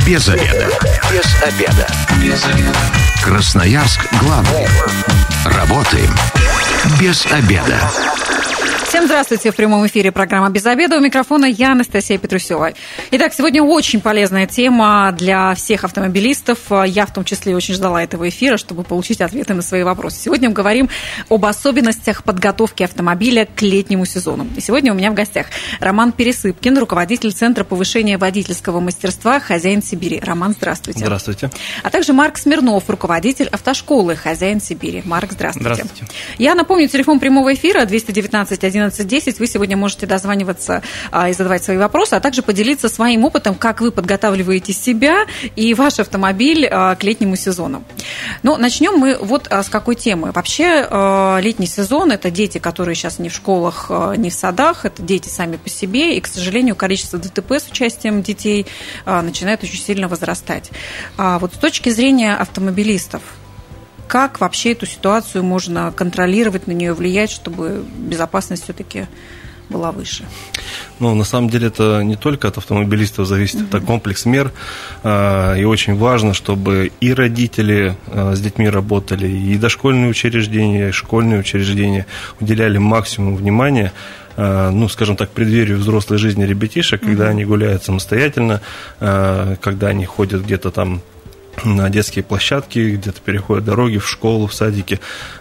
Без обеда. Без обеда. Без обеда. Красноярск главный. Работаем без обеда. Всем здравствуйте. В прямом эфире программа «Без обеда». У микрофона я, Анастасия Петрусева. Итак, сегодня очень полезная тема для всех автомобилистов. Я в том числе очень ждала этого эфира, чтобы получить ответы на свои вопросы. Сегодня мы говорим об особенностях подготовки автомобиля к летнему сезону. И сегодня у меня в гостях Роман Пересыпкин, руководитель Центра повышения водительского мастерства «Хозяин Сибири». Роман, здравствуйте. Здравствуйте. А также Марк Смирнов, руководитель автошколы «Хозяин Сибири». Марк, здравствуйте. Здравствуйте. Я напомню, телефон прямого эфира 219-11-10. Вы сегодня можете дозваниваться и задавать свои вопросы, а также поделиться своим опытом, как вы подготавливаете себя и ваш автомобиль к летнему сезону. Но начнем мы вот с какой темы. Вообще летний сезон – это дети, которые сейчас не в школах, не в садах, это дети сами по себе, и, к сожалению, количество ДТП с участием детей начинает очень сильно возрастать. Вот с точки зрения автомобилистов, как вообще эту ситуацию можно контролировать, на нее влиять, чтобы безопасность все-таки была выше? Ну, на самом деле, это не только от автомобилистов зависит, это комплекс мер. И очень важно, чтобы и родители с детьми работали, и дошкольные учреждения, и школьные учреждения уделяли максимум внимания, ну, скажем так, преддверию взрослой жизни ребятишек, когда они гуляют самостоятельно, когда они ходят где-то там на детские площадки, где-то переходят дороги в школу, в садики,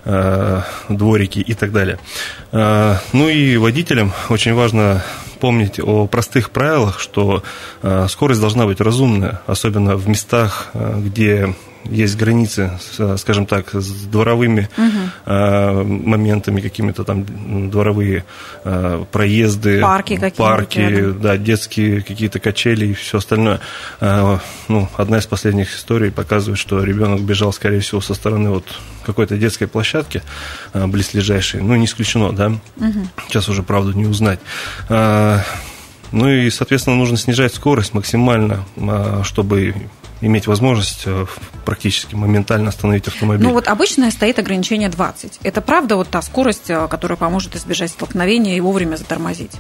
дворики и так далее. Ну и водителям очень важно помнить о простых правилах, что скорость должна быть разумная, особенно в местах, где есть границы, скажем так, с дворовыми моментами, какими-то там дворовые проезды, парки, да, детские какие-то качели и все остальное. Ну, одна из последних историй показывает, что ребенок бежал, скорее всего, со стороны вот какой-то детской площадки близлежащей. Ну, не исключено, да. Сейчас уже правду не узнать. Ну и, соответственно, нужно снижать скорость максимально, чтобы иметь возможность практически моментально остановить автомобиль. Ну вот обычно стоит ограничение 20. Это правда вот та скорость, которая поможет избежать столкновения и вовремя затормозить?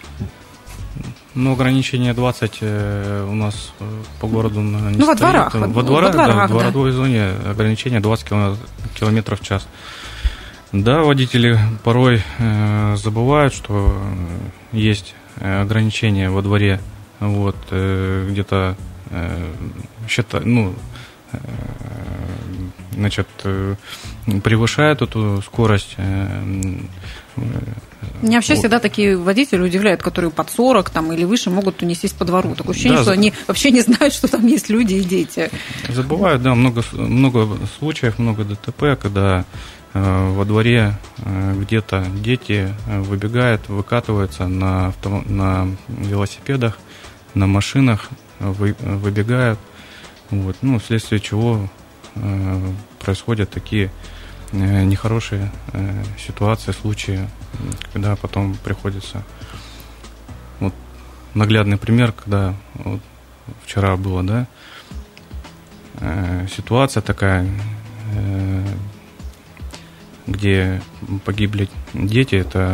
Ну, ограничение 20 у нас по городу не стоит. Во дворах. Во дворах, да, в городской зоне ограничение 20 км в час. Да, водители порой забывают, что есть ограничения во дворе, вот, где-то превышает эту скорость. Меня вообще всегда такие водители удивляют, которые под 40 там, или выше могут унестись по двору. Такое ощущение, что они вообще не знают, что там есть люди и дети. Забывают, да, много случаев, много ДТП, когда во дворе где-то дети выбегают, выкатываются на велосипедах, на машинах, выбегают, вот, ну, вследствие чего происходят такие нехорошие ситуации, случаи, когда потом приходится... Вот наглядный пример, когда вот вчера было, да, ситуация такая, где погибли дети,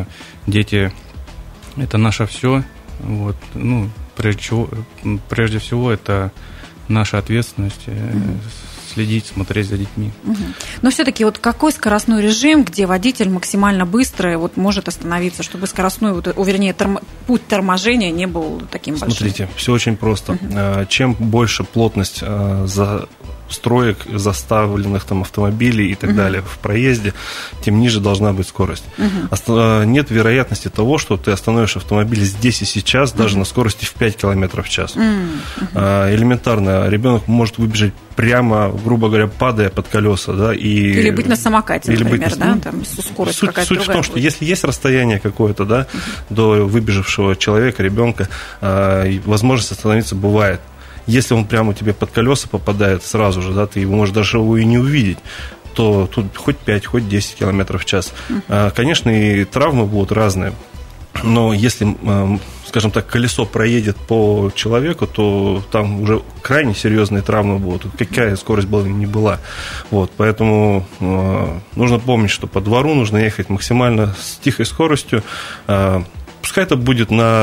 это наше все, вот, ну, прежде всего, это наша ответственность следить, смотреть за детьми. Но все-таки вот какой скоростной режим, где водитель максимально быстро вот может остановиться, чтобы скоростной, путь торможения не был таким большим? Смотрите, все очень просто. Чем больше плотность строек, заставленных там автомобилей и так далее в проезде, тем ниже должна быть скорость. Нет вероятности того, что ты остановишь автомобиль здесь и сейчас даже на скорости в 5 км в час. Элементарно, ребенок может выбежать прямо, грубо говоря, падая под колеса, да, или быть на самокате, например, да, там скорость какая-то другая. Суть в том, что если есть расстояние какое-то, да, до выбежавшего человека, ребенка, возможность остановиться бывает. Если он прямо тебе под колеса попадает сразу же, да, ты его можешь даже его и не увидеть, то тут хоть 5, хоть 10 км в час. Конечно, и травмы будут разные, но если, скажем так, колесо проедет по человеку, то там уже крайне серьезные травмы будут, какая скорость была ни была. Вот, поэтому нужно помнить, что по двору нужно ехать максимально с тихой скоростью. Пускай это будет на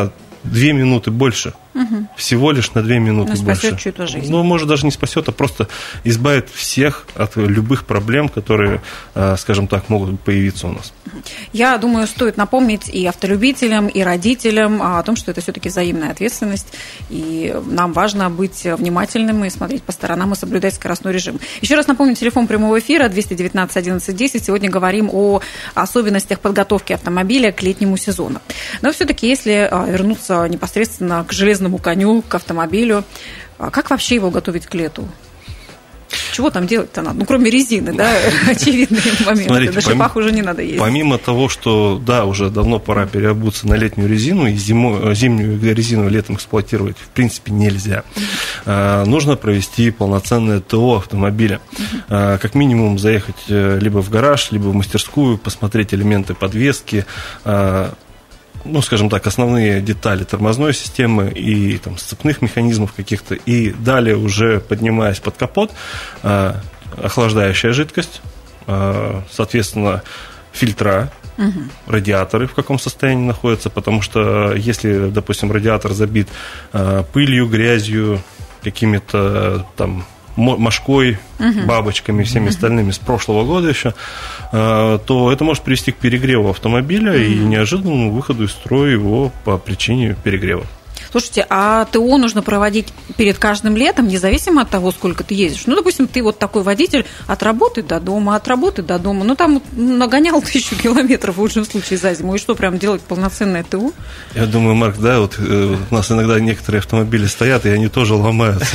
2 минуты больше. Всего лишь на 2 минуты больше. Спасет чью-то жизнь. Ну, может, даже не спасет, а просто избавит всех от любых проблем, которые, скажем так, могут появиться у нас. Я думаю, стоит напомнить и автолюбителям, и родителям о том, что это все-таки взаимная ответственность, и нам важно быть внимательным и смотреть по сторонам и соблюдать скоростной режим. Еще раз напомню, телефон прямого эфира 219 11 10. Сегодня говорим о особенностях подготовки автомобиля к летнему сезону. Но все-таки, если вернуться непосредственно к железному коню, к автомобилю, как вообще его готовить к лету? Чего там делать-то надо? Ну, кроме резины, да, очевидные моменты. Смотрите, на шипах уже не надо ездить. Помимо того, что, да, уже давно пора переобуться на летнюю резину, и зимнюю резину летом эксплуатировать в принципе нельзя, нужно провести полноценное ТО автомобиля. Как минимум заехать либо в гараж, либо в мастерскую, посмотреть элементы подвески, ну, скажем так, основные детали тормозной системы и там, сцепных механизмов каких-то, и далее уже поднимаясь под капот, охлаждающая жидкость, соответственно, фильтра, радиаторы в каком состоянии находятся, потому что если, допустим, радиатор забит пылью, грязью, какими-то там мошкой, бабочками и всеми остальными с прошлого года еще, то это может привести к перегреву автомобиля и неожиданному выходу из строя его по причине перегрева. Слушайте, а ТО нужно проводить перед каждым летом, независимо от того, сколько ты ездишь? Ну, допустим, ты вот такой водитель от работы до дома, ну, там нагонял 1000 километров в лучшем случае за зиму, и что, прям делать полноценное ТО? Я думаю, Марк, да, вот у нас иногда некоторые автомобили стоят, и они тоже ломаются.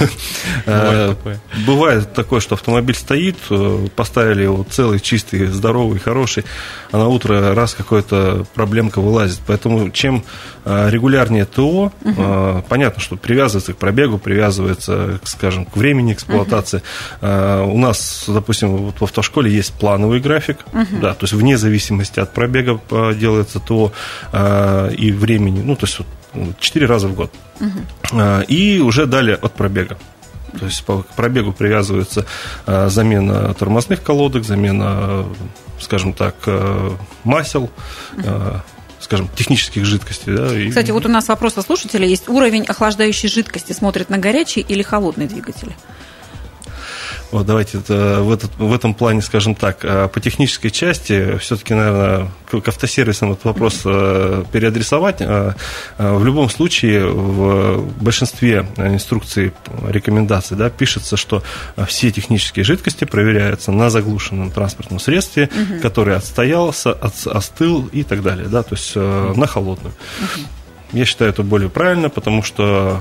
Бывает такое, что автомобиль стоит, поставили его целый, чистый, здоровый, хороший, а на утро раз какая-то проблемка вылазит. Поэтому чем регулярнее ТО, понятно, что привязывается к пробегу, привязывается, скажем, к времени эксплуатации. У нас, допустим, вот в автошколе есть плановый график, да, то есть вне зависимости от пробега делается ТО и времени, ну, то есть 4 раза в год. И уже далее от пробега. То есть к пробегу привязывается замена тормозных колодок, замена, скажем так, масел, скажем, технических жидкостей. Да, Кстати, вот у нас вопрос от слушателя есть. Уровень охлаждающей жидкости смотрит на горячий или холодный двигатель? Вот давайте в этом плане, скажем так, по технической части все-таки, наверное, к автосервисам этот вопрос переадресовать. В любом случае, в большинстве инструкций, рекомендаций, да, пишется, что все технические жидкости проверяются на заглушенном транспортном средстве, который отстоялся, остыл и так далее, да, то есть на холодную. Я считаю это более правильно, потому что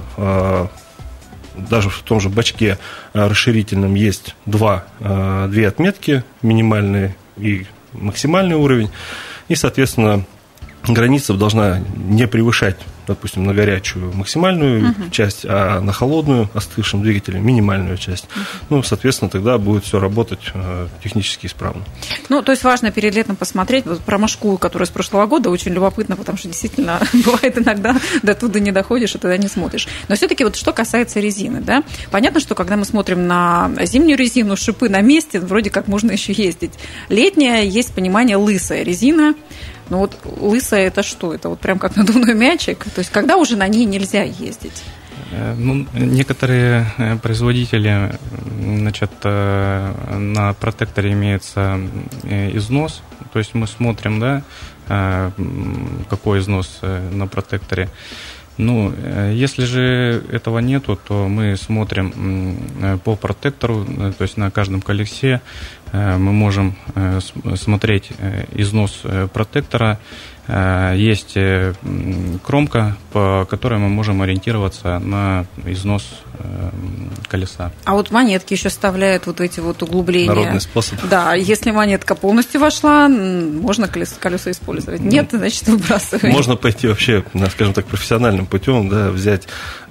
даже в том же бачке расширительном есть две отметки, минимальный и максимальный уровень, и, соответственно, граница должна не превышать, допустим, на горячую максимальную часть, а на холодную, остывшим двигателем, минимальную часть. Ну, соответственно, тогда будет все работать технически исправно. Ну, то есть важно перед летом посмотреть вот про мошку, которая с прошлого года, очень любопытно, потому что действительно бывает иногда до туда не доходишь, и тогда не смотришь. Но все-таки вот что касается резины, да, понятно, что когда мы смотрим на зимнюю резину, шипы на месте, вроде как можно еще ездить. Летняя, есть понимание, лысая резина. Ну вот лысая это что? Это вот прям как надувной мячик? То есть когда уже на ней нельзя ездить? Ну, некоторые производители, значит, на протекторе имеется износ, то есть мы смотрим, да, какой износ на протекторе. Ну, если же этого нету, то мы смотрим по протектору, то есть на каждом колесе мы можем смотреть износ протектора. Есть кромка, по которой мы можем ориентироваться на износ колеса. А вот монетки еще вставляют вот эти вот углубления. Народный способ. Да, если монетка полностью вошла, можно колесо использовать. Нет, значит, выбрасываем. Можно пойти вообще, скажем так, профессиональным путем, да, взять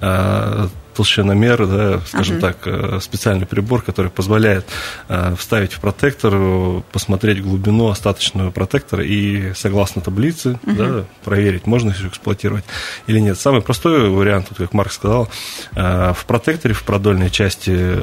толщиномер, да, скажем так, специальный прибор, который позволяет вставить в протектор, посмотреть глубину остаточного протектора и, согласно таблице, да, проверить, можно их эксплуатировать или нет. Самый простой вариант, вот, как Марк сказал, в протекторе, в продольной части,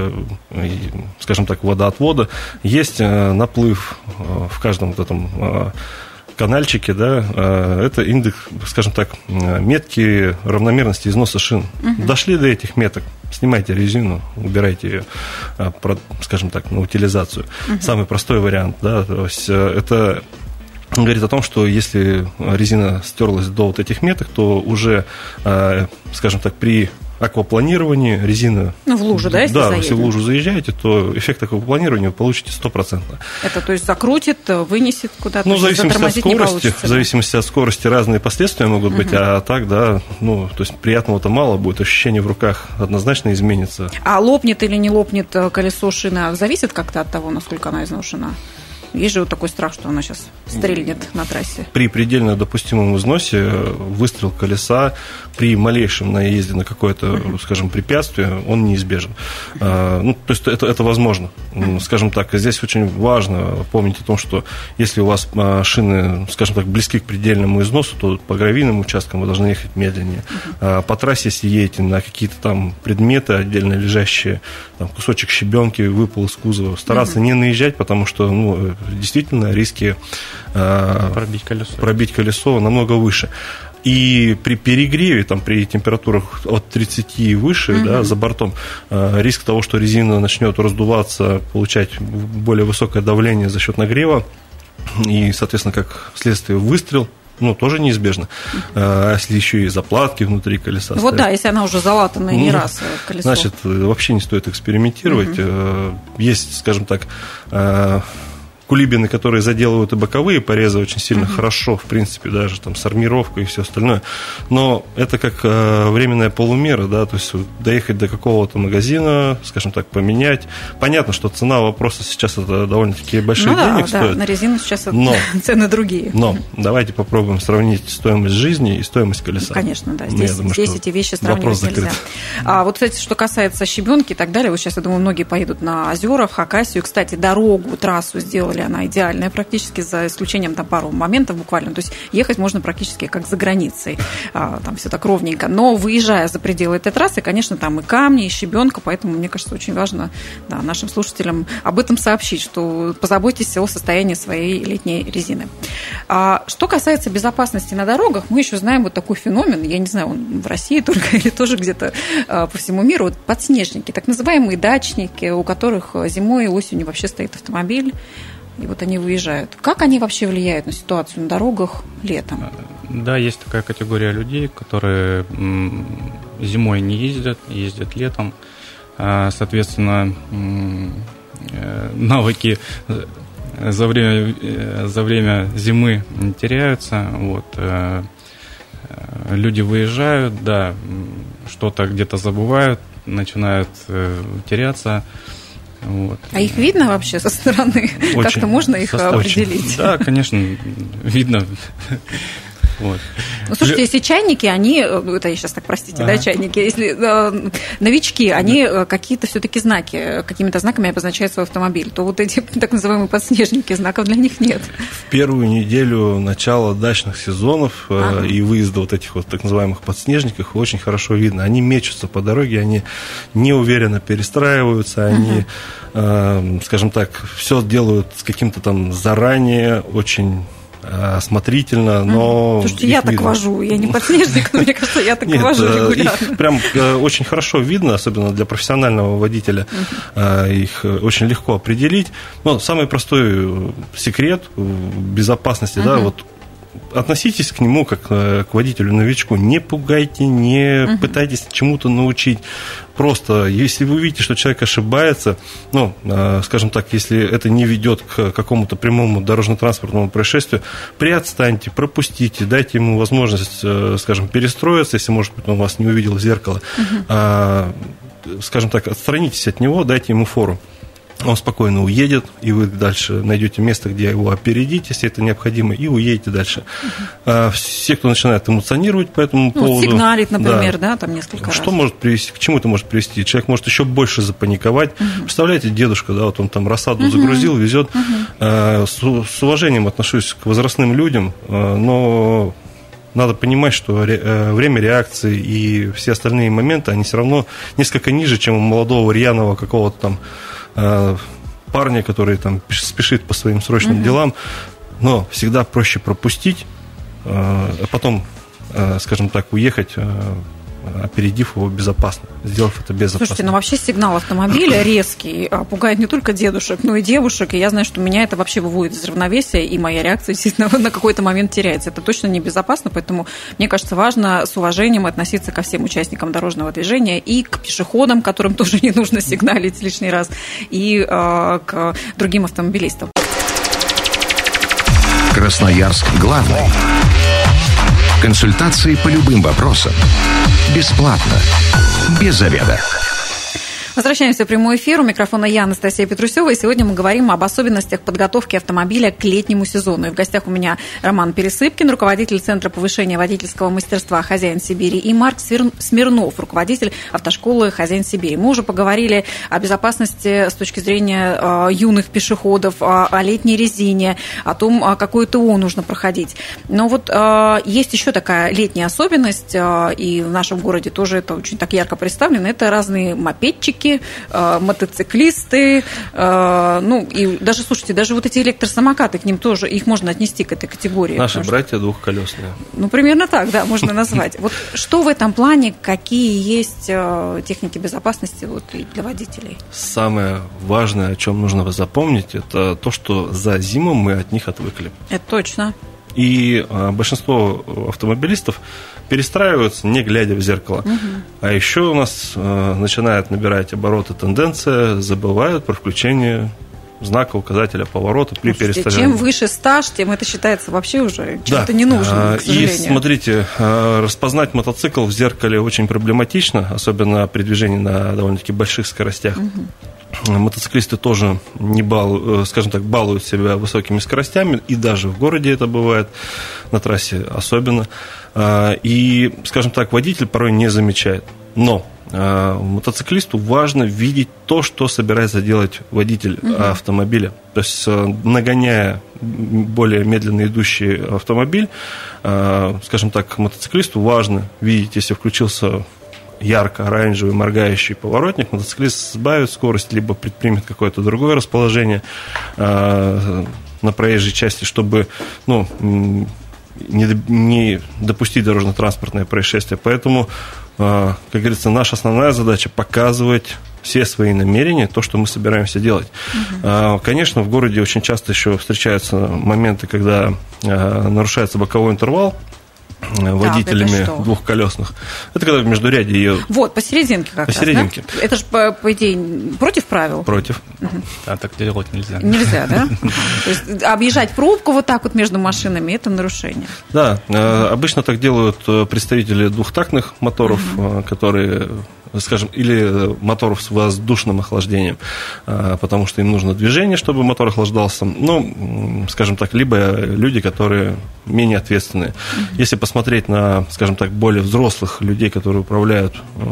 скажем так, водоотвода есть наплыв в каждом вот этом канальчики, да, это индекс, скажем так, метки равномерности износа шин. Дошли до этих меток, снимайте резину, убирайте ее, скажем так, на утилизацию. Самый простой вариант, да, то есть это говорит о том, что если резина стерлась до вот этих меток, то уже, скажем так, при аквапланировании резина... в лужу, да, если да, заедем? если в лужу заезжаете, то эффект аквапланирования вы получите 100%. Это, то есть, закрутит, вынесет куда-то? Ну, в зависимости от скорости разные последствия могут быть, а так, да, ну, то есть приятного-то мало будет, ощущение в руках однозначно изменится. А лопнет или не лопнет колесо, шина, зависит как-то от того, насколько она изношена? Есть же вот такой страх, что она сейчас стрельнет на трассе. При предельно допустимом износе выстрел колеса при малейшем наезде на какое-то, скажем, препятствие, он неизбежен. Ну, то есть это возможно. Скажем так, здесь очень важно помнить о том, что если у вас шины, скажем так, близки к предельному износу, то по гравийным участкам вы должны ехать медленнее. По трассе, если едете на какие-то там предметы отдельно лежащие, там, кусочек щебенки выпал из кузова, стараться не наезжать, потому что, ну, действительно риски пробить колесо намного выше. И при перегреве, там, при температурах от 30 и выше, да, за бортом, риск того, что резина начнет раздуваться, получать более высокое давление за счет нагрева, и, соответственно, как следствие выстрел, ну, тоже неизбежно. А если еще и заплатки внутри колеса. Вот да, если она уже залатана не раз колесо. Значит, вообще не стоит экспериментировать. Есть, скажем так, кулибины, которые заделывают и боковые порезы очень сильно хорошо, в принципе, даже там с армировкой и все остальное. Но это как временная полумера, да, то есть доехать до какого-то магазина, скажем так, поменять. Понятно, что цена вопроса сейчас это довольно-таки большие денег стоит. Да, на резину сейчас цены другие. Но давайте попробуем сравнить стоимость жизни и стоимость колеса. Конечно, да, здесь эти вещи сравнивать нельзя. А вот, кстати, что касается щебенки и так далее, вот сейчас, я думаю, многие поедут на озера, в Хакасию. Кстати, дорогу, трассу сделали, она идеальная практически, за исключением там пару моментов буквально. То есть ехать можно практически как за границей. Там все так ровненько. Но выезжая за пределы этой трассы, конечно, там и камни, и щебенка, поэтому, мне кажется, очень важно, да, нашим слушателям об этом сообщить, что позаботьтесь о состоянии своей летней резины. Что касается безопасности на дорогах, мы еще знаем вот такой феномен, я не знаю, он в России только или тоже где-то по всему миру, вот подснежники, так называемые дачники, у которых зимой и осенью вообще стоит автомобиль, и вот они выезжают. Как они вообще влияют на ситуацию на дорогах летом? Да, есть такая категория людей, которые зимой не ездят, ездят летом. Соответственно, навыки за время зимы теряются. Вот. Люди выезжают, да, что-то где-то забывают, начинают теряться. Вот. А их видно вообще со стороны? Как-то можно их определить? Да, конечно, видно. Вот. Ну, слушайте, если чайники, они, это я сейчас так, простите, да, чайники, если новички, они какие-то все-таки знаки, какими-то знаками обозначают свой автомобиль, то вот эти так называемые подснежники, знаков для них нет. В первую неделю начала дачных сезонов и выезда вот этих вот так называемых подснежников очень хорошо видно. Они мечутся по дороге, они неуверенно перестраиваются, они, скажем так, все делают с каким-то там заранее очень осмотрительно, но... Слушайте, я так вожу, я не подснежник, но мне кажется, я так вожу регулярно. Их прям очень хорошо видно, особенно для профессионального водителя, их очень легко определить. Но самый простой секрет безопасности, да, вот относитесь к нему как к водителю-новичку, не пугайте, не пытайтесь чему-то научить. Просто, если вы видите, что человек ошибается, ну, скажем так, если это не ведет к какому-то прямому дорожно-транспортному происшествию, приотстаньте, пропустите, дайте ему возможность, скажем, перестроиться, если, может быть, он вас не увидел в зеркало, скажем так, отстранитесь от него, дайте ему фору. Он спокойно уедет, и вы дальше найдете место, где его опередить, если это необходимо, и уедете дальше. Все, кто начинает эмоционировать по этому поводу... Сигналить, например, да, там несколько раз. Что может привести, к чему это может привести? Человек может еще больше запаниковать. Представляете, дедушка, да, вот он там рассаду загрузил, везет. С уважением отношусь к возрастным людям, но... Надо понимать, что время реакции и все остальные моменты, они все равно несколько ниже, чем у молодого рьяного какого-то там парня, который там спешит по своим срочным делам. но всегда проще пропустить, а потом, скажем так, уехать, опередив его безопасно, сделав это безопасно. Слушайте, ну вообще сигнал автомобиля резкий пугает не только дедушек, но и девушек, и я знаю, что меня это вообще выводит из равновесия, и моя реакция, естественно, на какой-то момент теряется. Это точно небезопасно, поэтому, мне кажется, важно с уважением относиться ко всем участникам дорожного движения и к пешеходам, которым тоже не нужно сигналить лишний раз, и к другим автомобилистам. Красноярск главный. Консультации по любым вопросам. Бесплатно. Без заведа. Возвращаемся в прямой эфир. У микрофона я, Анастасия Петрусева. И сегодня мы говорим об особенностях подготовки автомобиля к летнему сезону. И в гостях у меня Роман Пересыпкин, руководитель Центра повышения водительского мастерства «Хозяин Сибири», и Марк Смирнов, руководитель автошколы «Хозяин Сибири». Мы уже поговорили о безопасности с точки зрения юных пешеходов, о летней резине, о том, какое ТО нужно проходить. Но вот есть еще такая летняя особенность, и в нашем городе тоже это очень так ярко представлено. Это разные мопедчики, мотоциклисты, ну и даже, слушайте, даже вот эти электросамокаты, к ним тоже, их можно отнести к этой категории. Наши братья двухколесные. Ну, примерно так, да, можно назвать. Вот что в этом плане, какие есть техники безопасности вот для водителей? Самое важное, о чем нужно запомнить, это то, что за зиму мы от них отвыкли. Это точно. И большинство автомобилистов перестраиваются, не глядя в зеркало. А еще у нас начинает набирать обороты тенденция, забывают про включение знака указателя поворота при перестраивании. Чем выше стаж, тем это считается вообще уже чем-то ненужным, к сожалению. И смотрите, распознать мотоцикл в зеркале очень проблематично, особенно при движении на довольно-таки больших скоростях. Мотоциклисты тоже скажем так, балуют себя высокими скоростями, и даже в городе это бывает, на трассе особенно. И, скажем так, водитель порой не замечает. Но мотоциклисту важно видеть то, что собирается делать водитель автомобиля. То есть, нагоняя более медленно идущий автомобиль, скажем так, мотоциклисту важно видеть, если включился ярко-оранжевый моргающий поворотник, мотоциклист сбавит скорость, либо предпримет какое-то другое расположение на проезжей части, чтобы не допустить дорожно-транспортное происшествие. Поэтому, как говорится, наша основная задача – показывать все свои намерения, то, что мы собираемся делать. Конечно, в городе очень часто еще встречаются моменты, когда нарушается боковой интервал водителями двухколесных. Это когда в междуряде едут. Вот, посерединке как посерединке. раз, да? Это же, по идее, против правил? Против. Да, так делать нельзя. Нельзя, да? То есть объезжать пробку вот так вот между машинами – это нарушение. Да, обычно так делают представители двухтактных моторов, которые, скажем, или моторов с воздушным охлаждением, потому что им нужно движение, чтобы мотор охлаждался. Ну, скажем так, либо люди, которые менее ответственные. Если посмотреть на, скажем так, более взрослых людей, которые управляют,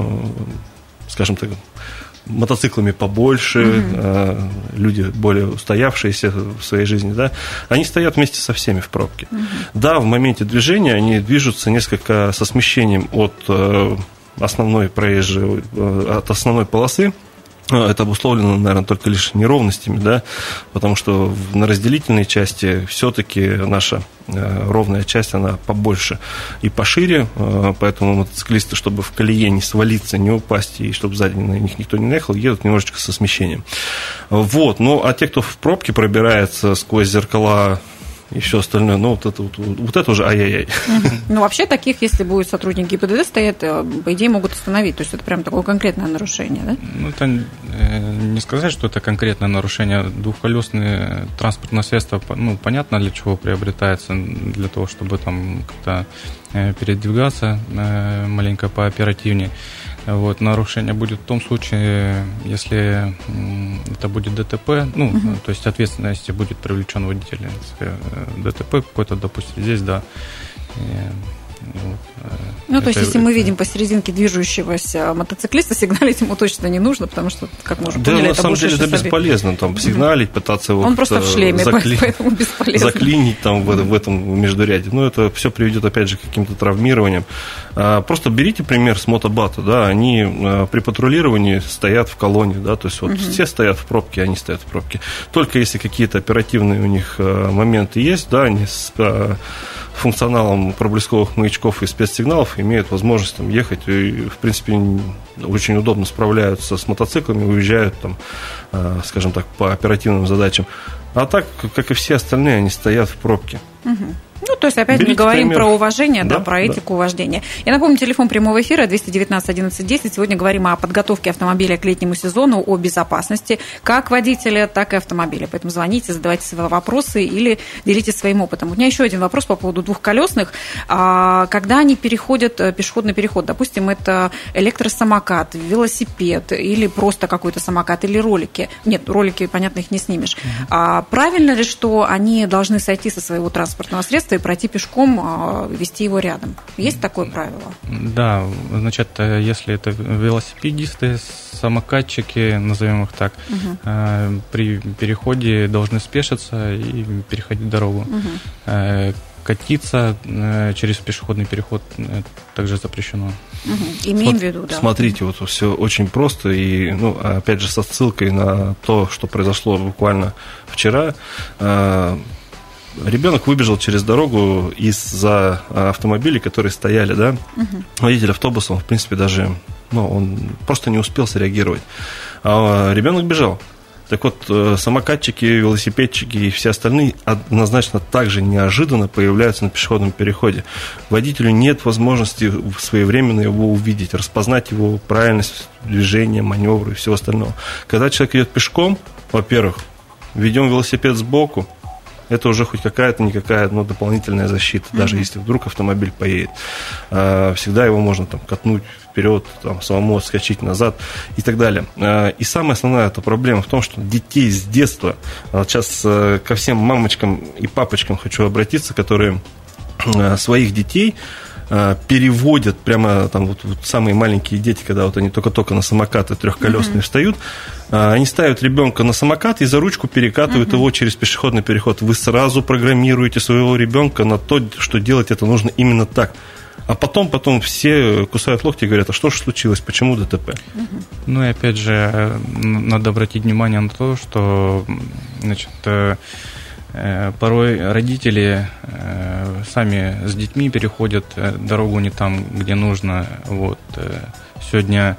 скажем так, мотоциклами побольше, люди более устоявшиеся в своей жизни, да, они стоят вместе со всеми в пробке. Да, в моменте движения они движутся несколько со смещением от основной проезжей, от основной полосы. Это обусловлено, наверное, только лишь неровностями, да, потому что на разделительной части все-таки наша ровная часть, она побольше и пошире, поэтому мотоциклисты, чтобы в колее не свалиться, не упасть, и чтобы сзади на них никто не наехал, едут немножечко со смещением. Вот, ну, а те, кто в пробке пробирается сквозь зеркала и все остальное, ну, вот это уже ай-яй-яй. Ну, вообще, таких, если будут сотрудники ГИБДД стоят, по идее, могут остановить. То есть это прям такое конкретное нарушение, да? Ну, это не сказать, что это конкретное нарушение. Двухколесные транспортные средства, ну, понятно, для чего приобретается, для того, чтобы там как-то передвигаться маленько пооперативнее. Вот, нарушение будет в том случае, если это будет ДТП, ну, то есть ответственности будет привлечен водитель. Если ДТП какой-то, допустим, здесь, да, Ну, то есть, если мы видим посерединке движущегося мотоциклиста, сигналить ему точно не нужно, потому что, как мы уже поняли, на самом деле это бесполезно, там, сигналить, пытаться его он просто в шлеме, поэтому бесполезно. Заклинить там в этом междуряде. Ну, это все приведет, опять же, к каким-то травмированиям. Просто берите пример с мотобата, да, они при патрулировании стоят в колонне, да, то есть вот все стоят в пробке, они стоят в пробке. Только если какие-то оперативные у них моменты есть, да, они с функционалом проблесковых маячков и спецсигналов имеют возможность там ехать и, в принципе, очень удобно справляются с мотоциклами, уезжают там, скажем так, по оперативным задачам. А так, как и все остальные, они стоят в пробке. Ну, то есть, опять мы говорим про уважение, да, про этику вождения. Я напомню, телефон прямого эфира 219 11 10. Сегодня говорим о подготовке автомобиля к летнему сезону, о безопасности как водителя, так и автомобиля. Поэтому звоните, задавайте свои вопросы или делитесь своим опытом. У меня еще один вопрос по поводу двухколесных. Когда они переходят пешеходный переход, допустим, это электросамокат, велосипед или просто какой-то самокат или ролики. Нет, ролики, понятно, их не снимешь. Правильно ли, что они должны сойти со своего транспортного средства и пройти пешком, вести его рядом? Есть такое правило? Да, значит, если это велосипедисты, самокатчики, назовем их так, при переходе должны спешиться и переходить дорогу. Катиться через пешеходный переход также запрещено. Имеем в виду, да. Смотрите, вот все очень просто, и, ну, опять же, со ссылкой на то, что произошло буквально вчера. Ребенок выбежал через дорогу из-за автомобилей, которые стояли, да. Водитель автобуса, он, в принципе, даже, ну, он просто не успел среагировать. А ребенок бежал. Так вот, самокатчики, велосипедчики и все остальные однозначно также неожиданно появляются на пешеходном переходе. Водителю нет возможности своевременно его увидеть, распознать его правильность движения, маневра и всего остального. Когда человек идет пешком, во-первых, ведем велосипед сбоку, это уже хоть какая-то-никакая, но дополнительная защита, даже если вдруг автомобиль поедет. Всегда его можно там катнуть вперед, там, самому отскочить назад и так далее. И самая основная эта проблема в том, что детей с детства, сейчас ко всем мамочкам и папочкам хочу обратиться, которые своих детей переводят прямо там вот самые маленькие дети, когда вот они только-только на самокаты трехколесные встают, они ставят ребенка на самокат и за ручку перекатывают его через пешеходный переход. Вы сразу программируете своего ребенка на то, что делать это нужно именно так. А потом все кусают локти и говорят, а что же случилось, почему ДТП? Ну и опять же, надо обратить внимание на то, что, значит, порой родители сами с детьми переходят дорогу не там, где нужно. Вот. Сегодня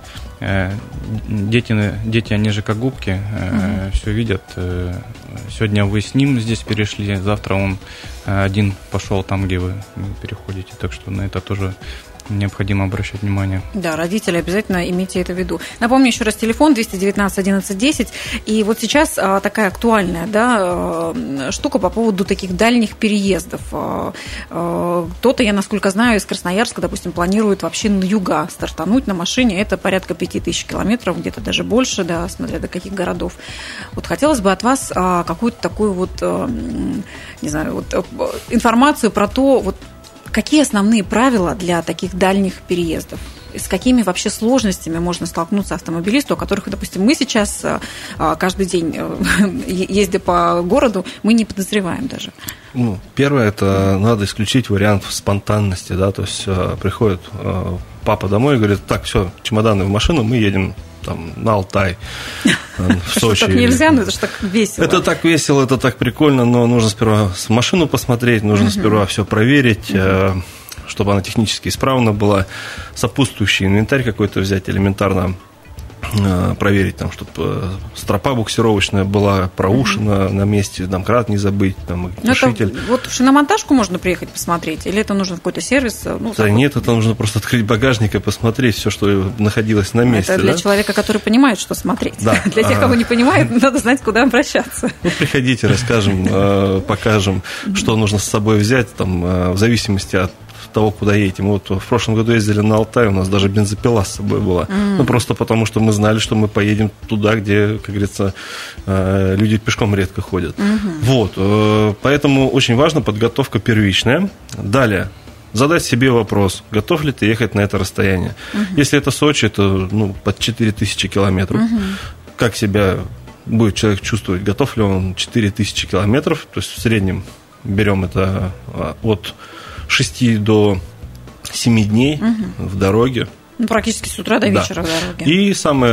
дети, они же как губки, все видят. Сегодня вы с ним здесь перешли, завтра он один пошел там, где вы переходите. Так что на это тоже необходимо обращать внимание. Да, родители, обязательно имейте это в виду. Напомню еще раз, телефон 219 11 10. И вот сейчас такая актуальная, да, штука по поводу таких дальних переездов. Кто-то, я насколько знаю, из Красноярска, допустим, планирует вообще на юга стартануть на машине. Это порядка 5000 километров, где-то даже больше, да, смотря до каких городов. Вот хотелось бы от вас какую-то такую вот, не знаю, вот информацию про то, вот какие основные правила для таких дальних переездов? С какими вообще сложностями можно столкнуться автомобилисту, о которых, допустим, мы сейчас каждый день, ездя по городу, мы не подозреваем даже? Ну, первое, это надо исключить вариант спонтанности, да, то есть приходит папа домой и говорит, так, все, чемоданы в машину, мы едем там, на Алтай, в Сочи. Так нельзя, но это же так весело. Это так весело, это так прикольно, но нужно сперва машину посмотреть, нужно сперва все проверить, чтобы она технически исправна была, сопутствующий инвентарь какой-то взять элементарно, проверить, там, чтобы стропа буксировочная была проушена на месте, домкрат не забыть, там, глушитель. Вот в шиномонтажку можно приехать посмотреть, или это нужно какой-то сервис? Ну, да нет, это нужно просто открыть багажник и посмотреть все, что находилось на месте. Это для человека, который понимает, что смотреть. Да. Для тех, кого не понимает, надо знать, куда обращаться. Ну, приходите, расскажем, покажем, что нужно с собой взять, там, в зависимости от того, куда едете. Мы вот в прошлом году ездили на Алтай, у нас даже бензопила с собой была. Ну, просто потому, что мы знали, что мы поедем туда, где, как говорится, люди пешком редко ходят. Вот. Поэтому очень важна подготовка первичная. Далее, задать себе вопрос, готов ли ты ехать на это расстояние. Если это Сочи, то под 4000 километров. Как себя будет человек чувствовать, готов ли он 4000 километров, то есть в среднем берем это от 6 до 7 дней в дороге. Практически с утра до вечера в дороге. И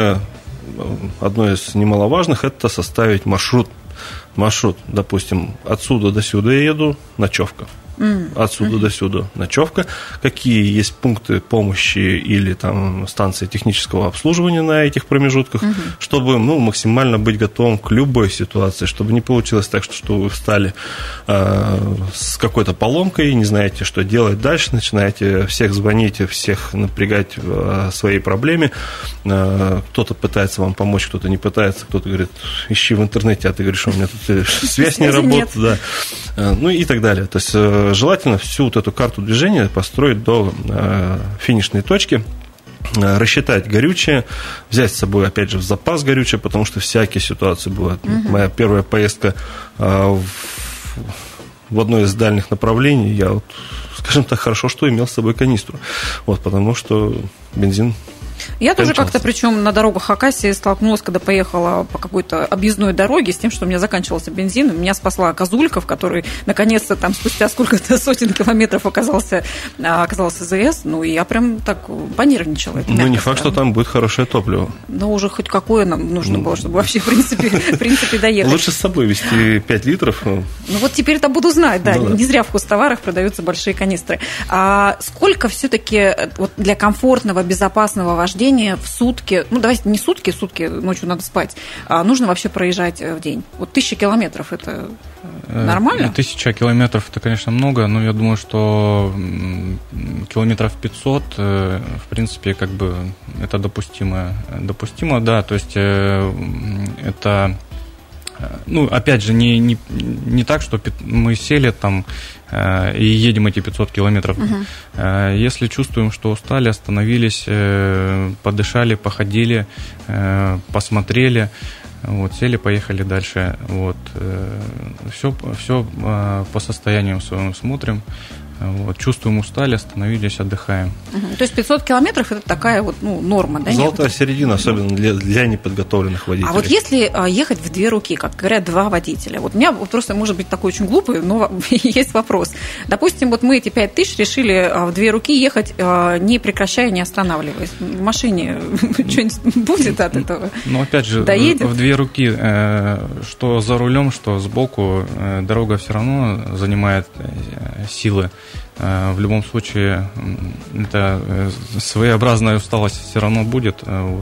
одно из немаловажных, это составить маршрут. Маршрут, допустим, отсюда до сюда я еду, ночевка. Отсюда до сюда ночевка. Какие есть пункты помощи или там станции технического обслуживания на этих промежутках, чтобы максимально быть готовым к любой ситуации, чтобы не получилось так, что вы встали с какой-то поломкой, не знаете, что делать дальше, начинаете всех звонить, всех напрягать в своей проблеме. Кто-то пытается вам помочь, кто-то не пытается, кто-то говорит, ищи в интернете, а ты говоришь, у меня тут связь не работает. Да. И так далее. То есть желательно всю вот эту карту движения построить до финишной точки, рассчитать горючее, взять с собой, опять же, в запас горючее, потому что всякие ситуации бывают. Моя первая поездка в одно из дальних направлений, я, скажем так, хорошо, что имел с собой канистру, потому что бензин... Я тоже как-то, причем на дорогах Хакасии столкнулась, когда поехала по какой-то объездной дороге с тем, что у меня заканчивался бензин. Меня спасла козулька, в которой наконец-то там спустя сколько-то сотен километров оказался ЗС. И я прям так понервничала. Не факт, что там будет хорошее топливо. Но уже хоть какое нам нужно было, чтобы вообще в принципе доехать. Лучше с собой везти 5 литров. Вот теперь-то буду знать, да. Не зря в хозтоварах продаются большие канистры. А сколько все-таки для комфортного, безопасного вождения в сутки, давайте не сутки ночью надо спать, нужно вообще проезжать в день? 1000 километров, это нормально? 1000 километров, это, конечно, много, но я думаю, что километров 500, в принципе, это допустимо, да, то есть это... опять же, не так, что мы сели там и едем эти 500 километров. Если чувствуем, что устали, остановились, подышали, походили, посмотрели, сели, поехали дальше. Все по состоянию своему смотрим. Чувствуем, устали, остановились, отдыхаем. То есть 500 километров – это такая норма, да? Золотая середина, особенно для неподготовленных водителей. А если ехать в две руки, как говорят, два водителя? У меня просто, может быть, такой очень глупый, но есть вопрос. Допустим, мы эти 5000 решили в две руки ехать, не прекращая, не останавливаясь. В машине что-нибудь будет от этого? Опять же, доедет? В две руки, что за рулем, что сбоку, дорога все равно занимает силы. В любом случае, это своеобразная усталость все равно будет.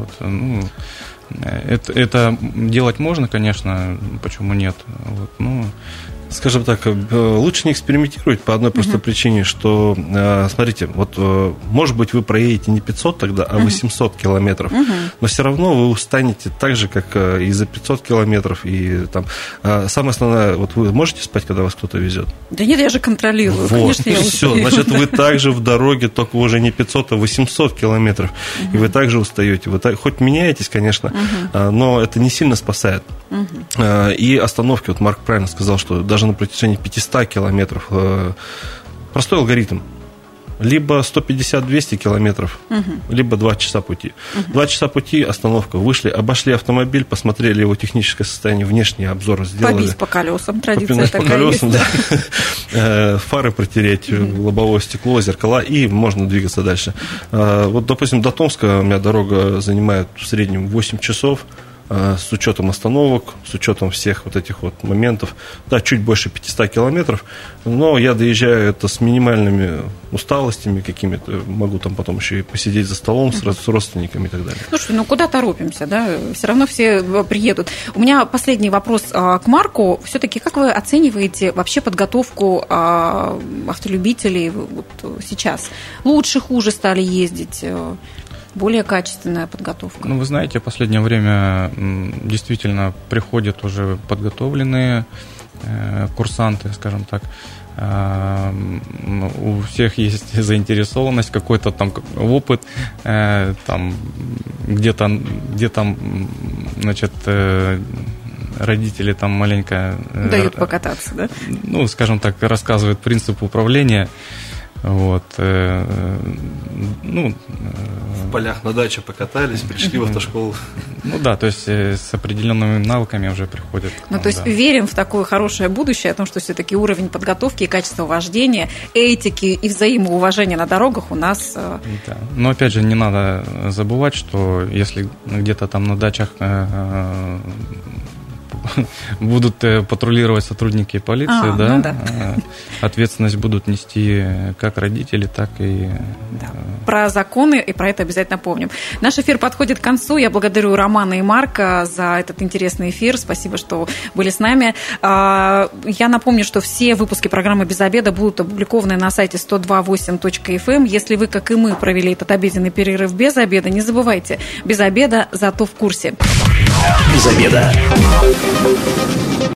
Это делать можно, конечно, почему нет? Скажем так, лучше не экспериментировать по одной простой причине, что, смотрите, может быть, вы проедете не 500 тогда, а 800 километров, но все равно вы устанете так же, как и за 500 километров. И там самое основное, вы можете спать, когда вас кто-то везет? Да нет, я же контролирую, конечно, я все, значит, вы также в дороге, только уже не 500, а 800 километров, и вы также устаете. Вы хоть меняетесь, конечно, но это не сильно спасает. И остановки, Марк правильно сказал, что даже на протяжении 500 километров простой алгоритм. Либо 150-200 километров, либо 2 часа пути. 2 часа пути, остановка. Вышли, обошли автомобиль, посмотрели его техническое состояние, внешний обзор сделали. Побить по колесам, традиция такая. По колесам, да. Фары протереть, лобовое стекло, зеркала, и можно двигаться дальше. Допустим, до Томска у меня дорога занимает в среднем 8 часов. С учетом остановок, с учетом всех этих моментов, да, чуть больше 500 километров, но я доезжаю это с минимальными усталостями какими-то, могу там потом еще и посидеть за столом с родственниками и так далее. Слушайте, куда торопимся, да, все равно все приедут. У меня последний вопрос к Марку, все-таки как вы оцениваете вообще подготовку автолюбителей сейчас? Лучше, хуже стали ездить? Более качественная подготовка? Вы знаете, в последнее время действительно приходят уже подготовленные курсанты, скажем так. У всех есть заинтересованность, какой-то там опыт, там где-то, значит, родители там маленько... Дают покататься, да? Скажем так, рассказывают принцип управления. Вот. В полях на даче покатались, пришли в автошколу. Ну да, то есть с определенными навыками уже приходят. То есть верим в такое хорошее будущее, о том, что все-таки уровень подготовки и качество вождения, этики и взаимоуважения на дорогах у нас... Да. Но опять же, не надо забывать, что если где-то там на дачах будут патрулировать сотрудники полиции, ответственность будут нести как родители, так и... Да. Про законы и про это обязательно помним. Наш эфир подходит к концу. Я благодарю Романа и Марка за этот интересный эфир. Спасибо, что были с нами. Я напомню, что все выпуски программы «Без обеда» будут опубликованы на сайте 102.8.fm. Если вы, как и мы, провели этот обеденный перерыв без обеда, не забывайте, без обеда, зато в курсе. Без обеда.